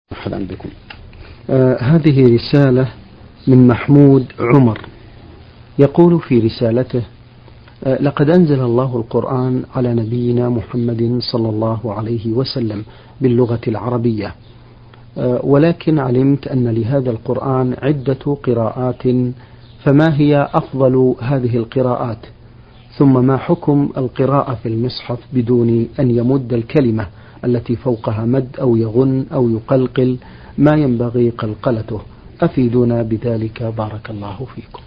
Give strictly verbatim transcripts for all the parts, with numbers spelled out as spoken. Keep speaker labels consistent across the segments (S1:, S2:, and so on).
S1: مرحبا بكم.
S2: آه هذه رسالة من محمود عمر، يقول في رسالته: آه لقد أنزل الله القرآن على نبينا محمد صلى الله عليه وسلم باللغة العربية، آه ولكن علمت أن لهذا القرآن عدة قراءات، فما هي أفضل هذه القراءات؟ ثم ما حكم القراءة في المصحف بدون أن يمد الكلمة التي فوقها مد أو يغن أو يقلقل ما ينبغي قلقلته؟ أفيدونا بذلك بارك الله فيكم.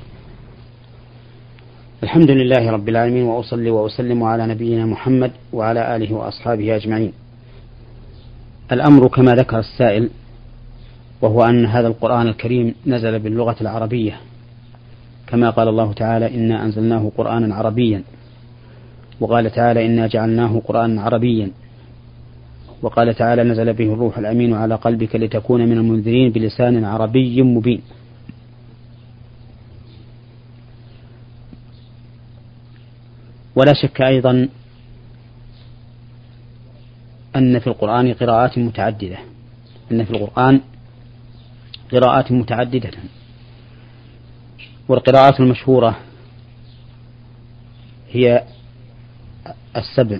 S1: الحمد لله رب العالمين، وأصلي وأسلم على نبينا محمد وعلى آله وأصحابه أجمعين. الأمر كما ذكر السائل، وهو أن هذا القرآن الكريم نزل باللغة العربية، كما قال الله تعالى: إنا أنزلناه قرآنا عربيا، وقال تعالى: إنا جعلناه قرآنا عربيا، وقال تعالى: نزل به الروح الأمين على قلبك لتكون من المنذرين بلسان عربي مبين. ولا شك أيضا أن في القرآن قراءات متعددة أن في القرآن قراءات متعددة والقراءات المشهورة هي السبع،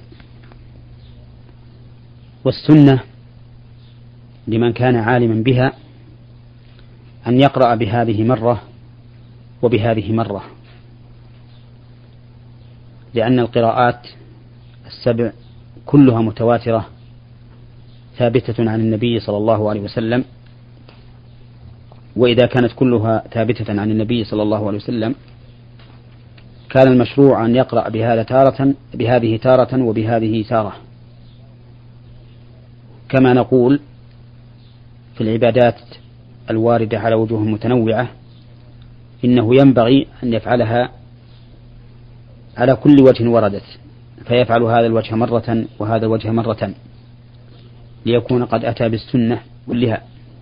S1: والسنة لمن كان عالما بها أن يقرأ بهذه مرة وبهذه مرة، لأن القراءات السبع كلها متواترة ثابتة عن النبي صلى الله عليه وسلم، وإذا كانت كلها ثابتة عن النبي صلى الله عليه وسلم كان المشروع أن يقرأ بهذا تارة بهذه تارة وبهذه تارة، كما نقول في العبادات الواردة على وجوه متنوعة إنه ينبغي أن يفعلها على كل وجه وردت، فيفعل هذا الوجه مرة وهذا الوجه مرة ليكون قد أتى بالسنة كلها.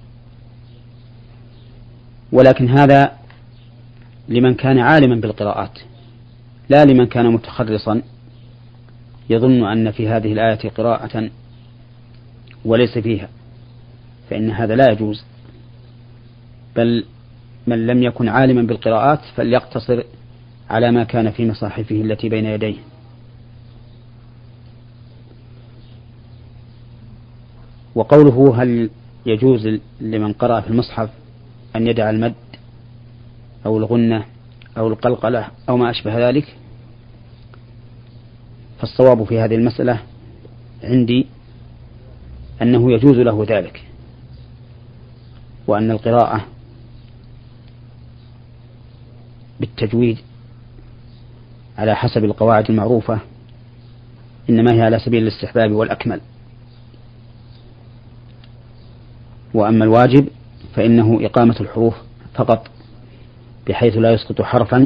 S1: ولكن هذا لمن كان عالما بالقراءات، لا لمن كان متخرصا يظن أن في هذه الآية قراءة وليس فيها، فإن هذا لا يجوز، بل من لم يكن عالما بالقراءات فليقتصر على ما كان في مصاحفه التي بين يديه. وقوله هل يجوز لمن قرأ في المصحف أن يدع المد أو الغنة أو القلقلة أو ما أشبه ذلك، فالصواب في هذه المسألة عندي أنه يجوز له ذلك، وأن القراءة بالتجويد على حسب القواعد المعروفة إنما هي على سبيل الاستحباب والأكمل، وأما الواجب فإنه إقامة الحروف فقط بحيث لا يسقط حرفا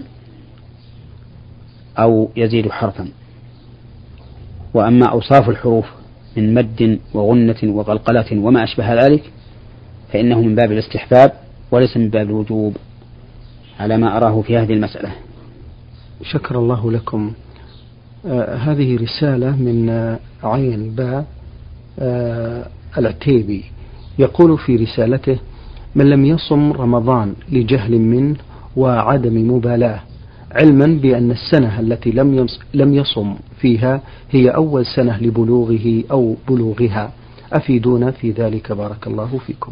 S1: أو يزيد حرفا. وأما أوصاف الحروف من مد وغنة وقلقلة وما أشبه ذلك فإنه من باب الاستحباب وليس من باب الوجوب على ما أراه في هذه المسألة.
S2: شكر الله لكم. آه هذه رسالة من آه عين باء آه العتيبي، يقول في رسالته: من لم يصم رمضان لجهل منه وعدم مبالاة، علما بأن السنة التي لم لم يصم فيها هي أول سنة لبلوغه أو بلوغها، أفيدونا في ذلك بارك الله فيكم.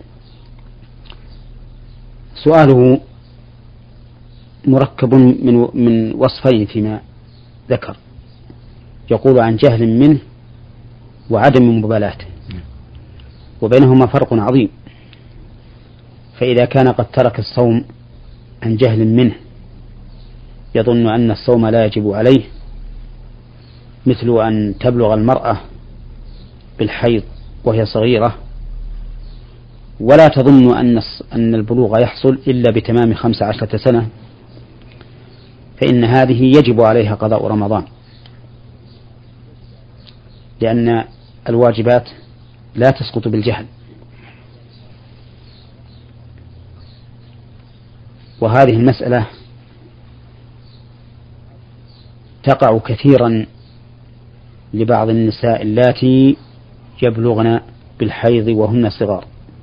S1: سؤاله مركب من من وصفين فيما ذكر، يقول عن جهل منه وعدم مبالاة، وبينهما فرق عظيم. فإذا كان قد ترك الصوم عن جهل منه يظن أن الصوم لا يجب عليه، مثل أن تبلغ المرأة بالحيض وهي صغيرة ولا تظن أن أن البلوغ يحصل إلا بتمام خمس عشرة سنة، فإن هذه يجب عليها قضاء رمضان، لأن الواجبات لا تسقط بالجهل. وهذه المسألة تقع كثيرا لبعض النساء اللاتي يبلغن بالحيض وهن صغار،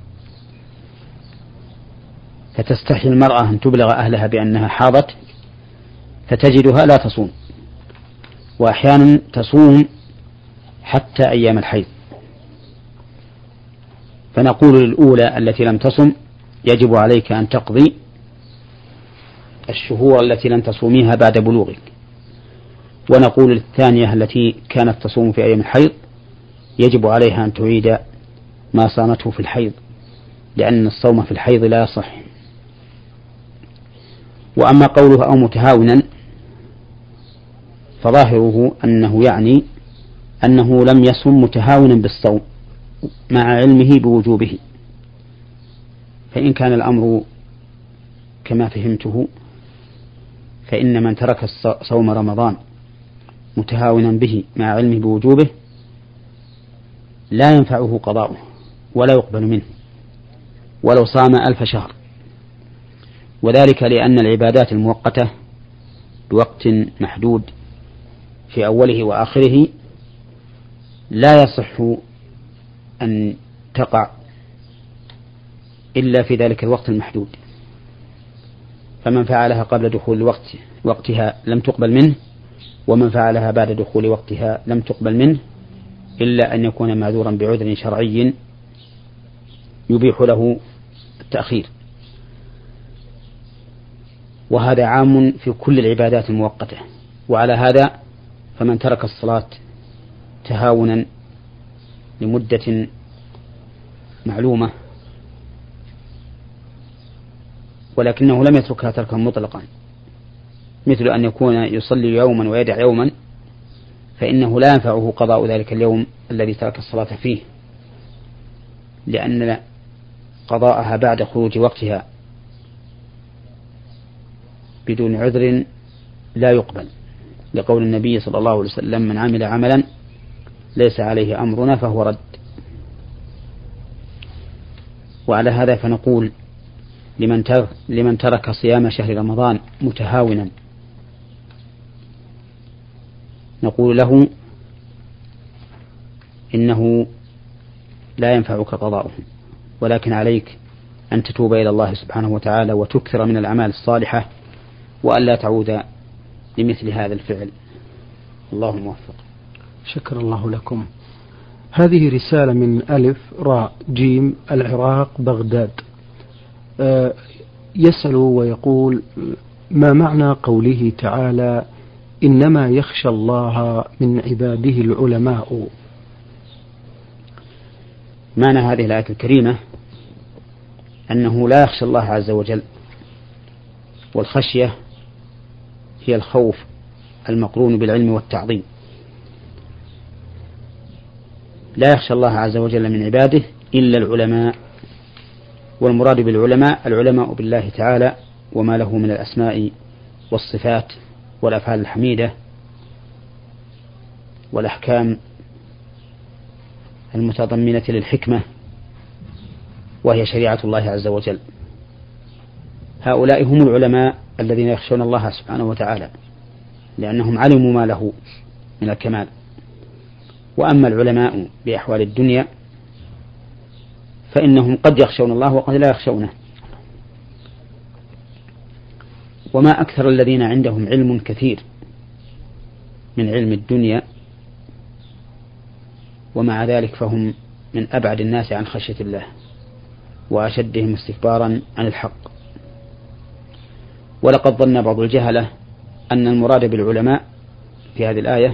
S1: فتستحي المرأة أن تبلغ أهلها بأنها حاضت فتجدها لا تصوم، وأحيانا تصوم حتى أيام الحيض. فنقول للأولى التي لم تصم يجب عليك أن تقضي الشهور التي لم تصوميها بعد بلوغك، ونقول للثانية التي كانت تصوم في أيام الحيض يجب عليها أن تعيد ما صامته في الحيض، لأن الصوم في الحيض لا يصح. وأما قوله أو متهاونا فظاهره أنه يعني أنه لم يصم متهاونا بالصوم مع علمه بوجوبه، فإن كان الأمر كما فهمته فإن من ترك صوم رمضان متهاونا به مع علمه بوجوبه لا ينفعه قضاؤه ولا يقبل منه ولو صام ألف شهر، وذلك لأن العبادات المؤقتة بوقت محدود في أوله وآخره لا يصح أن تقع إلا في ذلك الوقت المحدود، فمن فعلها قبل دخول الوقت وقتها لم تقبل منه، ومن فعلها بعد دخول وقتها لم تقبل منه إلا أن يكون معذورا بعذر شرعي يبيح له التأخير. وهذا عام في كل العبادات المؤقتة. وعلى هذا فمن ترك الصلاة تهاونا لمدة معلومة ولكنه لم يتركها تركا مطلقا، مثل أن يكون يصلي يوما ويدع يوما، فإنه لا ينفعه قضاء ذلك اليوم الذي ترك الصلاة فيه، لأن قضاءها بعد خروج وقتها بدون عذر لا يقبل، لقول النبي صلى الله عليه وسلم: من عمل عملا ليس عليه أمرنا فهو رد. وعلى هذا فنقول لمن ترك, لمن ترك صيام شهر رمضان متهاونا نقول له إنه لا ينفعك قضاؤه، ولكن عليك أن تتوب إلى الله سبحانه وتعالى وتكثر من الأعمال الصالحة وأن لا تعود لمثل هذا الفعل. الله الموفق.
S2: شكر الله لكم. هذه رسالة من ألف راء جيم العراق بغداد، أه يسأل ويقول: ما معنى قوله تعالى: إنما يخشى الله من عباده العلماء؟
S1: معنى هذه الآية الكريمة أنه لا يخشى الله عز وجل، والخشية هي الخوف المقرون بالعلم والتعظيم. لا يخشى الله عز وجل من عباده إلا العلماء، والمراد بالعلماء العلماء بالله تعالى وما له من الأسماء والصفات والأفعال الحميدة والأحكام المتضمنة للحكمة، وهي شريعة الله عز وجل. هؤلاء هم العلماء الذين يخشون الله سبحانه وتعالى لأنهم علموا ما له من الكمال. وأما العلماء بأحوال الدنيا فإنهم قد يخشون الله وقد لا يخشونه. وما أكثر الذين عندهم علم كثير من علم الدنيا، ومع ذلك فهم من أبعد الناس عن خشية الله وأشدهم استكبارا عن الحق. ولقد ظن بعض الجهلة أن المراد بالعلماء في هذه الآية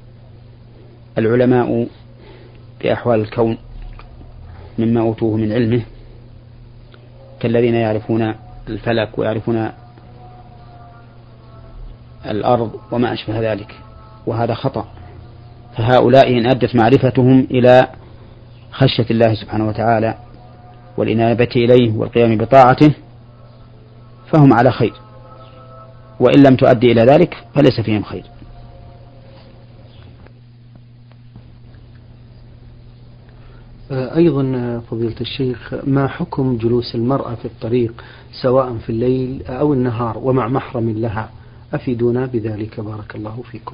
S1: العلماء بأحوال الكون مما أوتوه من علمه، كالذين يعرفون الفلك ويعرفون الأرض وما أشبه ذلك، وهذا خطأ. فهؤلاء إن أدت معرفتهم إلى خشية الله سبحانه وتعالى والإنابة إليه والقيام بطاعته فهم على خير، وإن لم تؤدي إلى ذلك فليس فيهم خير.
S2: أيضا فضيلة الشيخ، ما حكم جلوس المرأة في الطريق سواء في الليل أو النهار ومع محرم لها؟ أفيدونا بذلك بارك الله فيكم.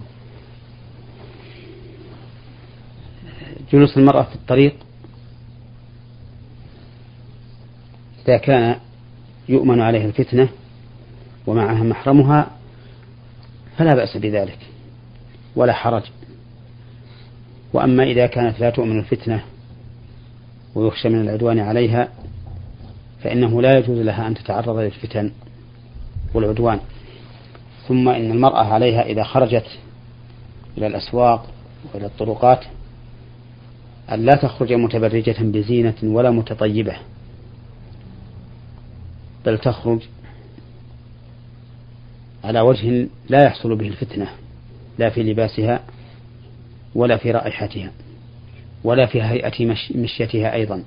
S1: جلوس المرأة في الطريق إذا كان يؤمن عليه الفتنة ومعها محرمها فلا بأس بذلك ولا حرج. وأما إذا كانت لا تؤمن الفتنة ويخشى من العدوان عليها فإنه لا يجوز لها أن تتعرض للفتن والعدوان. ثم إن المرأة عليها إذا خرجت إلى الأسواق وإلى الطرقات أن لا تخرج متبرجة بزينة ولا متطيبة، بل تخرج على وجه لا يحصل به الفتنة، لا في لباسها ولا في رائحتها ولا في هيئة مشيتها أيضا،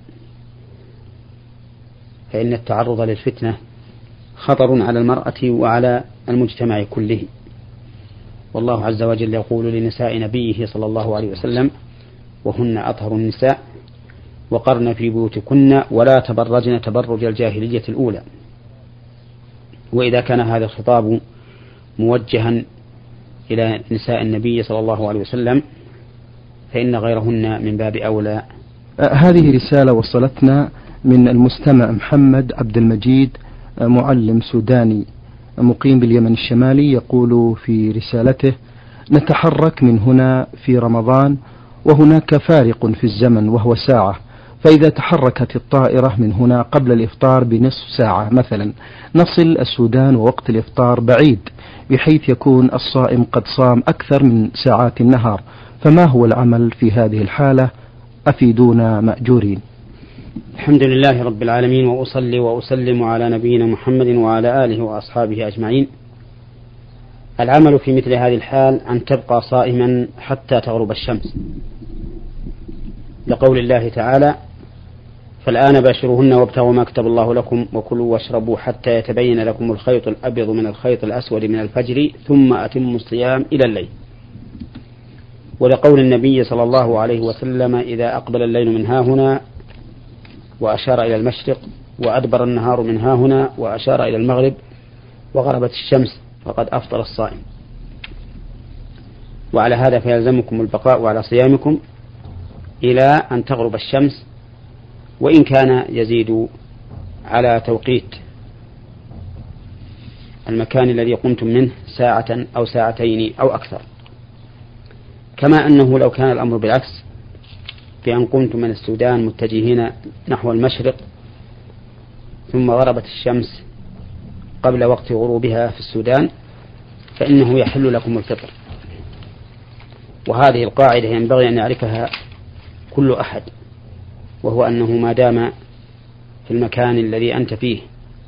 S1: فإن التعرض للفتنة خطر على المرأة وعلى المجتمع كله. والله عز وجل يقول لنساء نبيه صلى الله عليه وسلم: وهن أطهر النساء وقرن في بيوتكن ولا تبرجن تبرج الجاهلية الأولى. وإذا كان هذا الخطاب موجها إلى نساء النبي صلى الله عليه وسلم فإن غيرهن من باب أولى.
S2: هذه رسالة وصلتنا من المستمع محمد عبد المجيد، معلم سوداني مقيم باليمن الشمالي، يقول في رسالته: نتحرك من هنا في رمضان وهناك فارق في الزمن وهو ساعة، فإذا تحركت الطائرة من هنا قبل الإفطار بنصف ساعة مثلا نصل السودان ووقت الإفطار بعيد بحيث يكون الصائم قد صام أكثر من ساعات النهار، فما هو العمل في هذه الحالة؟ أفيدونا مأجورين.
S1: الحمد لله رب العالمين، وأصلي وأسلم على نبينا محمد وعلى آله وأصحابه أجمعين. العمل في مثل هذه الحال أن تبقى صائما حتى تغرب الشمس، لقول الله تعالى: فالآن باشروهن وابتغوا ما كتب الله لكم وكلوا واشربوا حتى يتبين لكم الخيط الأبيض من الخيط الأسود من الفجر ثم أتموا الصيام إلى الليل. ولقول النبي صلى الله عليه وسلم: إذا أقبل الليل من هاهنا وأشار إلى المشرق وأدبر النهار من هاهنا وأشار إلى المغرب وغربت الشمس فقد أفطر الصائم. وعلى هذا فيلزمكم البقاء على صيامكم إلى أن تغرب الشمس، وإن كان يزيد على توقيت المكان الذي قمتم منه ساعة أو ساعتين أو أكثر. كما أنه لو كان الأمر بالعكس، بأن قمتم من السودان متجهين نحو المشرق ثم غربت الشمس قبل وقت غروبها في السودان، فإنه يحل لكم الفطر. وهذه القاعدة ينبغي أن يعرفها كل أحد، وهو أنه ما دام في المكان الذي أنت فيه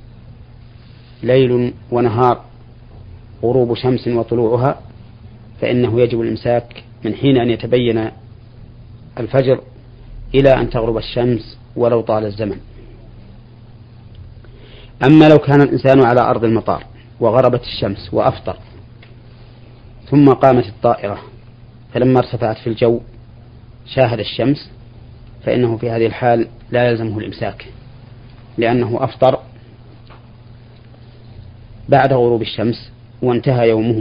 S1: ليل ونهار غروب شمس وطلوعها فإنه يجب الإمساك من حين أن يتبين الفجر إلى أن تغرب الشمس ولو طال الزمن. أما لو كان الإنسان على أرض المطار وغربت الشمس وأفطر ثم قامت الطائرة فلما ارتفعت في الجو شاهد الشمس، فإنه في هذه الحال لا يلزمه الإمساك، لأنه أفطر بعد غروب الشمس وانتهى يومه.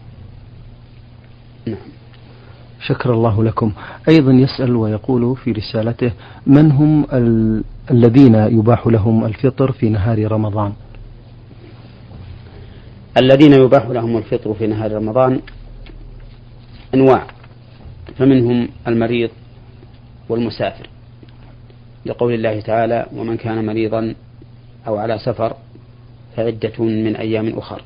S1: نعم.
S2: شكر الله لكم. أيضا يسأل ويقول في رسالته: من هم ال... الذين يباح لهم الفطر في نهار رمضان؟
S1: الذين يباح لهم الفطر في نهار رمضان أنواع، فمنهم المريض والمسافر، لقول الله تعالى: ومن كان مريضا أو على سفر فعدة من أيام أخر.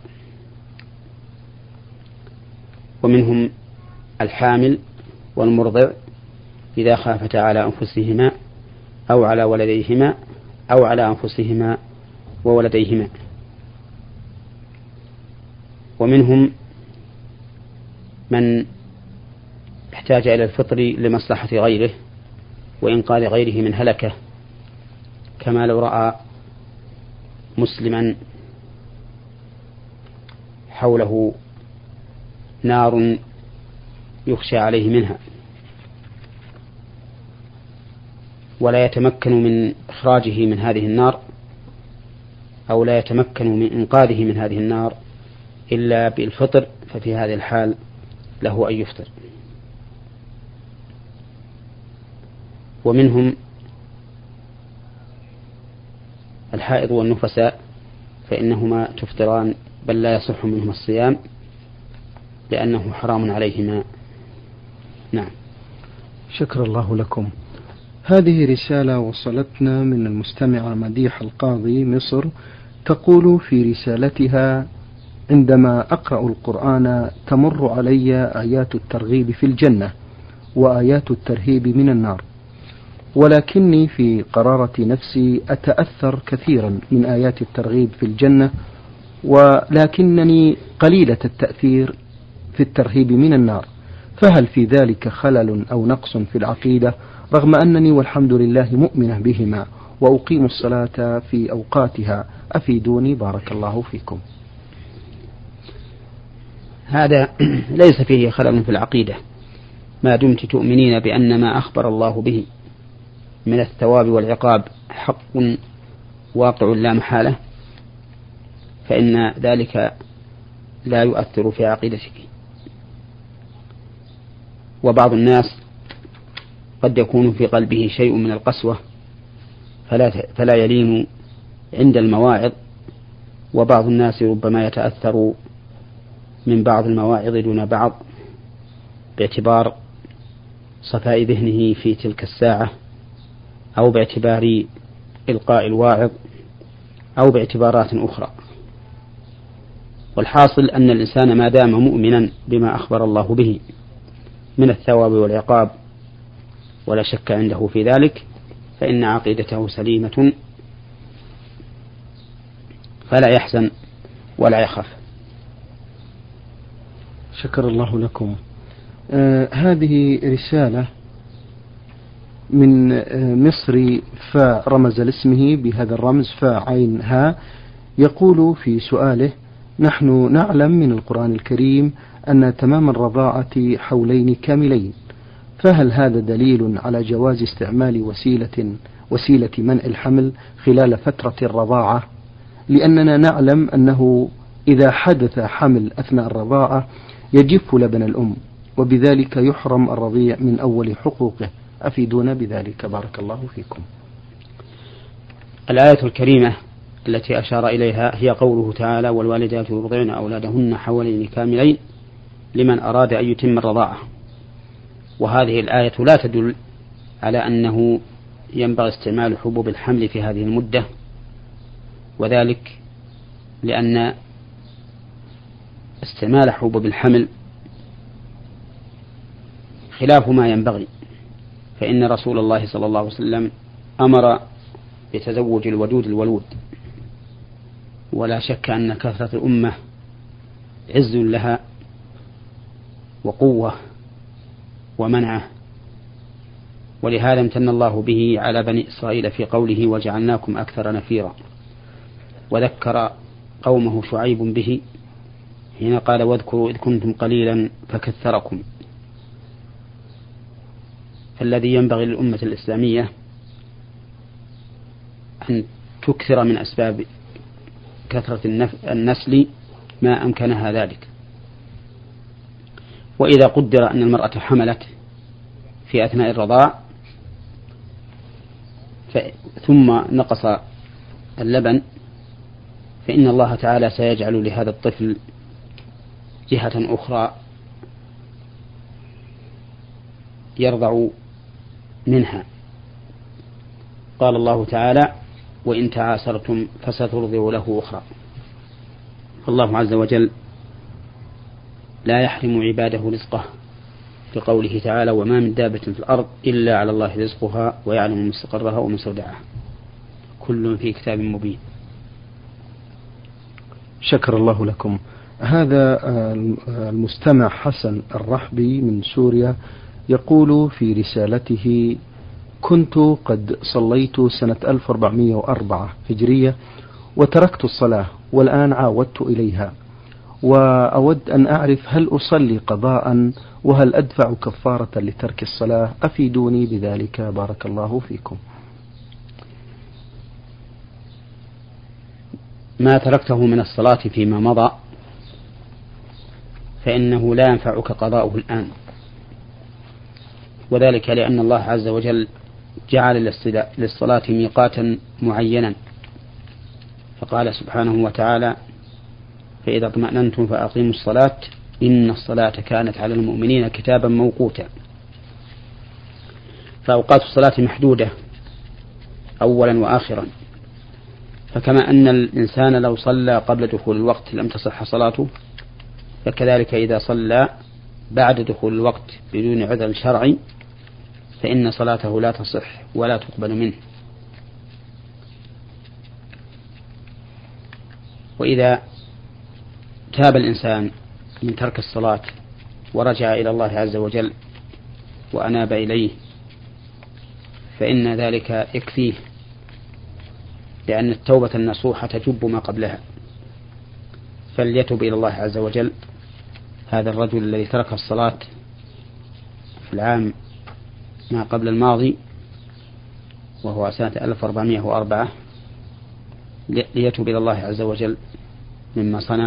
S1: ومنهم الحامل والمرضع إذا خافتا على أنفسهما أو على ولديهما أو على أنفسهما وولديهما. ومنهم من احتاج إلى الفطر لمصلحة غيره وإنقاذ غيره من هلكة، كما لو رأى مسلما حوله نار يخشى عليه منها ولا يتمكن من إخراجه من هذه النار أو لا يتمكن من إنقاذه من هذه النار إلا بالفطر، ففي هذه الحال له أن يفطر. ومنهم الحائض والنفساء فإنهما تفطران، بل لا يصح منهما الصيام لأنه حرام عليهما. نعم.
S2: شكر الله لكم. هذه رسالة وصلتنا من المستمعة مديحة القاضي مصر، تقول في رسالتها: عندما أقرأ القرآن تمر علي آيات الترغيب في الجنة وآيات الترهيب من النار، ولكني في قرارة نفسي أتأثر كثيرا من آيات الترغيب في الجنة، ولكنني قليلة التأثير في الترهيب من النار، فهل في ذلك خلل أو نقص في العقيدة، رغم أنني والحمد لله مؤمنة بهما وأقيم الصلاة في أوقاتها؟ أفيدوني بارك الله فيكم.
S1: هذا ليس فيه خلل في العقيدة ما دمت تؤمنين بأن ما أخبر الله به من الثواب والعقاب حق واقع لا محالة، فإن ذلك لا يؤثر في عقيدتك. وبعض الناس قد يكون في قلبه شيء من القسوة فلا فلا يلين عند المواعظ، وبعض الناس ربما يتأثر من بعض المواعظ دون بعض باعتبار صفاء ذهنه في تلك الساعة، أو باعتبار إلقاء الواعظ، أو باعتبارات أخرى. والحاصل أن الإنسان ما دام مؤمنا بما أخبر الله به من الثواب والعقاب ولا شك عنده في ذلك، فإن عقيدته سليمة، فلا يحزن ولا يخاف.
S2: شكر الله لكم. آه هذه رسالة من آه مصري فاء رمز لاسمه بهذا الرمز فاء عين ها، يقول في سؤاله: نحن نعلم من القرآن الكريم أن تمام الرضاعة حولين كاملين، فهل هذا دليل على جواز استعمال وسيلة وسيلة منع الحمل خلال فترة الرضاعة؟ لأننا نعلم أنه إذا حدث حمل أثناء الرضاعة يجف لبن الأم، وبذلك يحرم الرضيع من أول حقوقه. أفيدونا بذلك بارك الله فيكم.
S1: الآية الكريمة التي أشار إليها هي قوله تعالى: والوالدات يرضعن أولادهن حولين كاملين لمن أراد أن يتم الرضاعة. وهذه الآية لا تدل على أنه ينبغي استعمال حبوب الحمل في هذه المدة، وذلك لأن استعمال حبوب الحمل خلاف ما ينبغي، فإن رسول الله صلى الله عليه وسلم أمر بتزوج الودود الولود، ولا شك أن كثرة الأمة عز لها وقوة ومنعه، ولهذا امتن الله به على بني إسرائيل في قوله: وجعلناكم أكثر نفيرا. وذكر قومه شعيب به حين قال: واذكروا إذ كنتم قليلا فكثركم. فالذي ينبغي للأمة الإسلامية أن تكثر من أسباب كثرة النسل ما أمكنها ذلك. وإذا قدر أن المرأة حملت في أثناء الرضاع ثم نقص اللبن، فإن الله تعالى سيجعل لهذا الطفل جهة أخرى يرضع منها. قال الله تعالى: وإن تعاسرتم فسترضع له أخرى. فالله عز وجل لا يحرم عباده رزقه، بقوله تعالى: وما من دابة في الأرض إلا على الله رزقها ويعلم مستقرها ومستودعها كل في كتاب مبين.
S2: شكر الله لكم. هذا المستمع حسن الرحبي من سوريا يقول في رسالته: كنت قد صليت سنة ألف وأربعمائة وأربعة هجرية وتركت الصلاة، والآن عاودت إليها، وأود أن أعرف هل أصلي قضاء وهل أدفع كفارة لترك الصلاة؟ أفيدوني بذلك بارك الله فيكم.
S1: ما تركته من الصلاة فيما مضى فإنه لا ينفعك قضاؤه الآن، وذلك لأن الله عز وجل جعل للصلاة ميقاتا معينا، فقال سبحانه وتعالى: فإذا اطمأننتم فأقيموا الصلاة إن الصلاة كانت على المؤمنين كتابا موقوتا. فأوقات الصلاة محدودة أولا وآخرا، فكما أن الإنسان لو صلى قبل دخول الوقت لم تصح صلاته، فكذلك إذا صلى بعد دخول الوقت بدون عذر شرعي فإن صلاته لا تصح ولا تقبل منه. وإذا تاب الإنسان من ترك الصلاة ورجع إلى الله عز وجل وأناب إليه فإن ذلك يكفيه، لأن التوبة النصوحة تجب ما قبلها. فليتب إلى الله عز وجل هذا الرجل الذي ترك الصلاة في العام ما قبل الماضي وهو سنة ألف وأربعمائة وأربعة، ليتب إلى الله عز وجل مما صنع،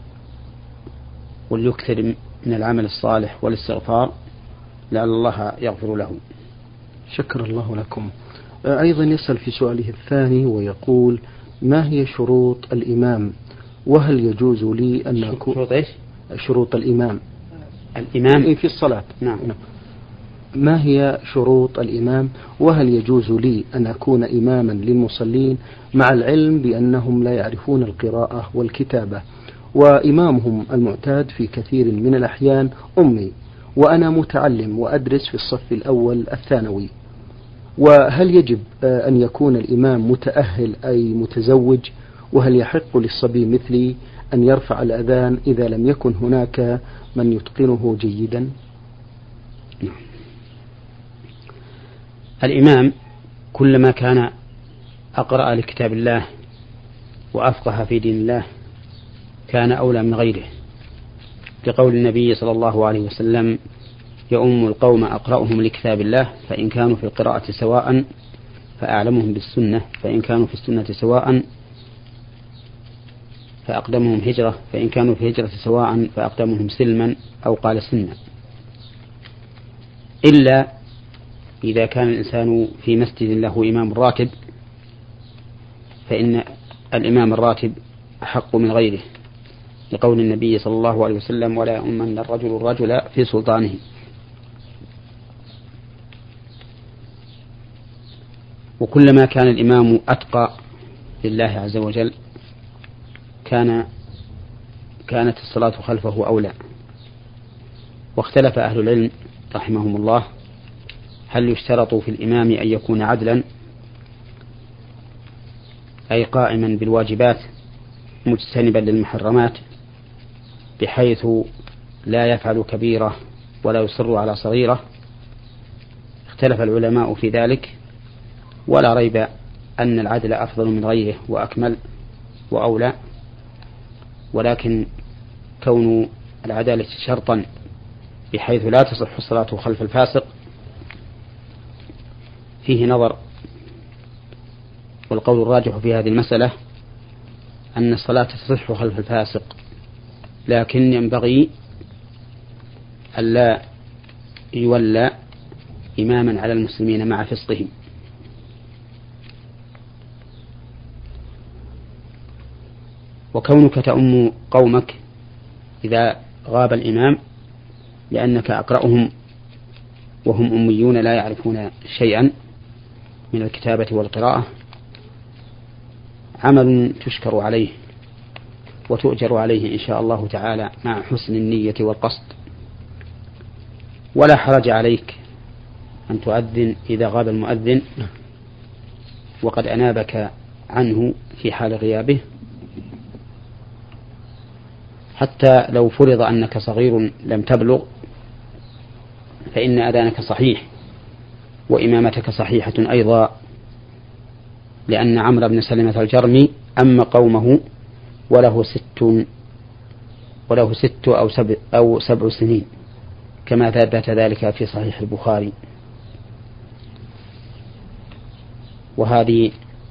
S1: وليكثر من العمل الصالح والاستغفار لعل الله يغفر له.
S2: شكر الله لكم. أيضا يسأل في سؤاله الثاني ويقول: ما هي شروط الإمام، وهل يجوز لي أن أكون
S1: شروط إيش؟
S2: شروط الإمام
S1: الإمام
S2: في الصلاة.
S1: نعم.
S2: ما هي شروط الإمام، وهل يجوز لي أن أكون إماما للمصلين مع العلم بأنهم لا يعرفون القراءة والكتابة، وإمامهم المعتاد في كثير من الأحيان أمي، وأنا متعلم وأدرس في الصف الأول الثانوي، وهل يجب أن يكون الإمام متأهل أي متزوج، وهل يحق للصبي مثلي أن يرفع الأذان إذا لم يكن هناك من يتقنه جيدا؟
S1: الإمام كلما كان أقرأ لكتاب الله وأفقه في دين الله كان أولى من غيره، لقول النبي صلى الله عليه وسلم: يؤم القوم أقرأهم لكتاب الله، فإن كانوا في القراءة سواء فأعلمهم بالسنة، فإن كانوا في السنة سواء فأقدمهم هجرة، فإن كانوا في هجرة سواء فأقدمهم سلما، أو قال سنا. إلا إذا كان الإنسان في مسجد له إمام راتب فإن الإمام الراتب أحق من غيره، لقول النبي صلى الله عليه وسلم: ولا يؤمن الرجل الرجل في سلطانه. وكلما كان الإمام أتقى لله عز وجل كان كانت الصلاة خلفه أولى. واختلف أهل العلم رحمهم الله هل يشترط في الإمام أن يكون عدلا أي قائما بالواجبات مجتنبا للمحرمات بحيث لا يفعل كبيرة ولا يصر على صغيرة. اختلف العلماء في ذلك، ولا ريب أن العدل أفضل من غيره وأكمل وأولى، ولكن كون العدالة شرطا بحيث لا تصح الصلاة خلف الفاسق فيه نظر. والقول الراجح في هذه المسألة أن الصلاة تصح خلف الفاسق، لكن ينبغي ألا يولى إماما على المسلمين مع فسقهم. وكونك تؤم قومك إذا غاب الإمام لأنك أقرأهم وهم أميون لا يعرفون شيئا من الكتابة والقراءة عمل تشكر عليه وتؤجر عليه إن شاء الله تعالى مع حسن النية والقصد. ولا حرج عليك أن تؤذن إذا غاب المؤذن وقد أنابك عنه في حال غيابه، حتى لو فرض أنك صغير لم تبلغ فإن أذانك صحيح وإمامتك صحيحة أيضا، لأن عمرو بن سلمة الجرمي أما قومه وله ست وله ست أو سبع أو سبع سنين كما ثبت ذلك في صحيح البخاري. وهذه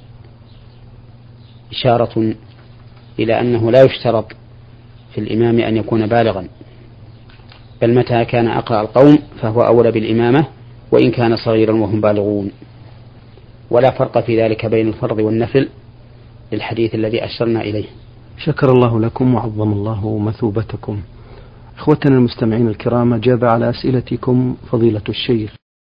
S1: إشارة إلى أنه لا يشترط في الإمام أن يكون بالغا، بل متى كان أقرأ القوم فهو أولى بالإمامة وإن كان صغيرا وهم بالغون. ولا فرق في ذلك بين الفرض والنفل، للحديث الذي أشرنا إليه.
S2: شكر الله لكم وعظم الله مثوبتكم. إخوتنا المستمعين الكرام، أجاب على أسئلتكم فضيلة الشيخ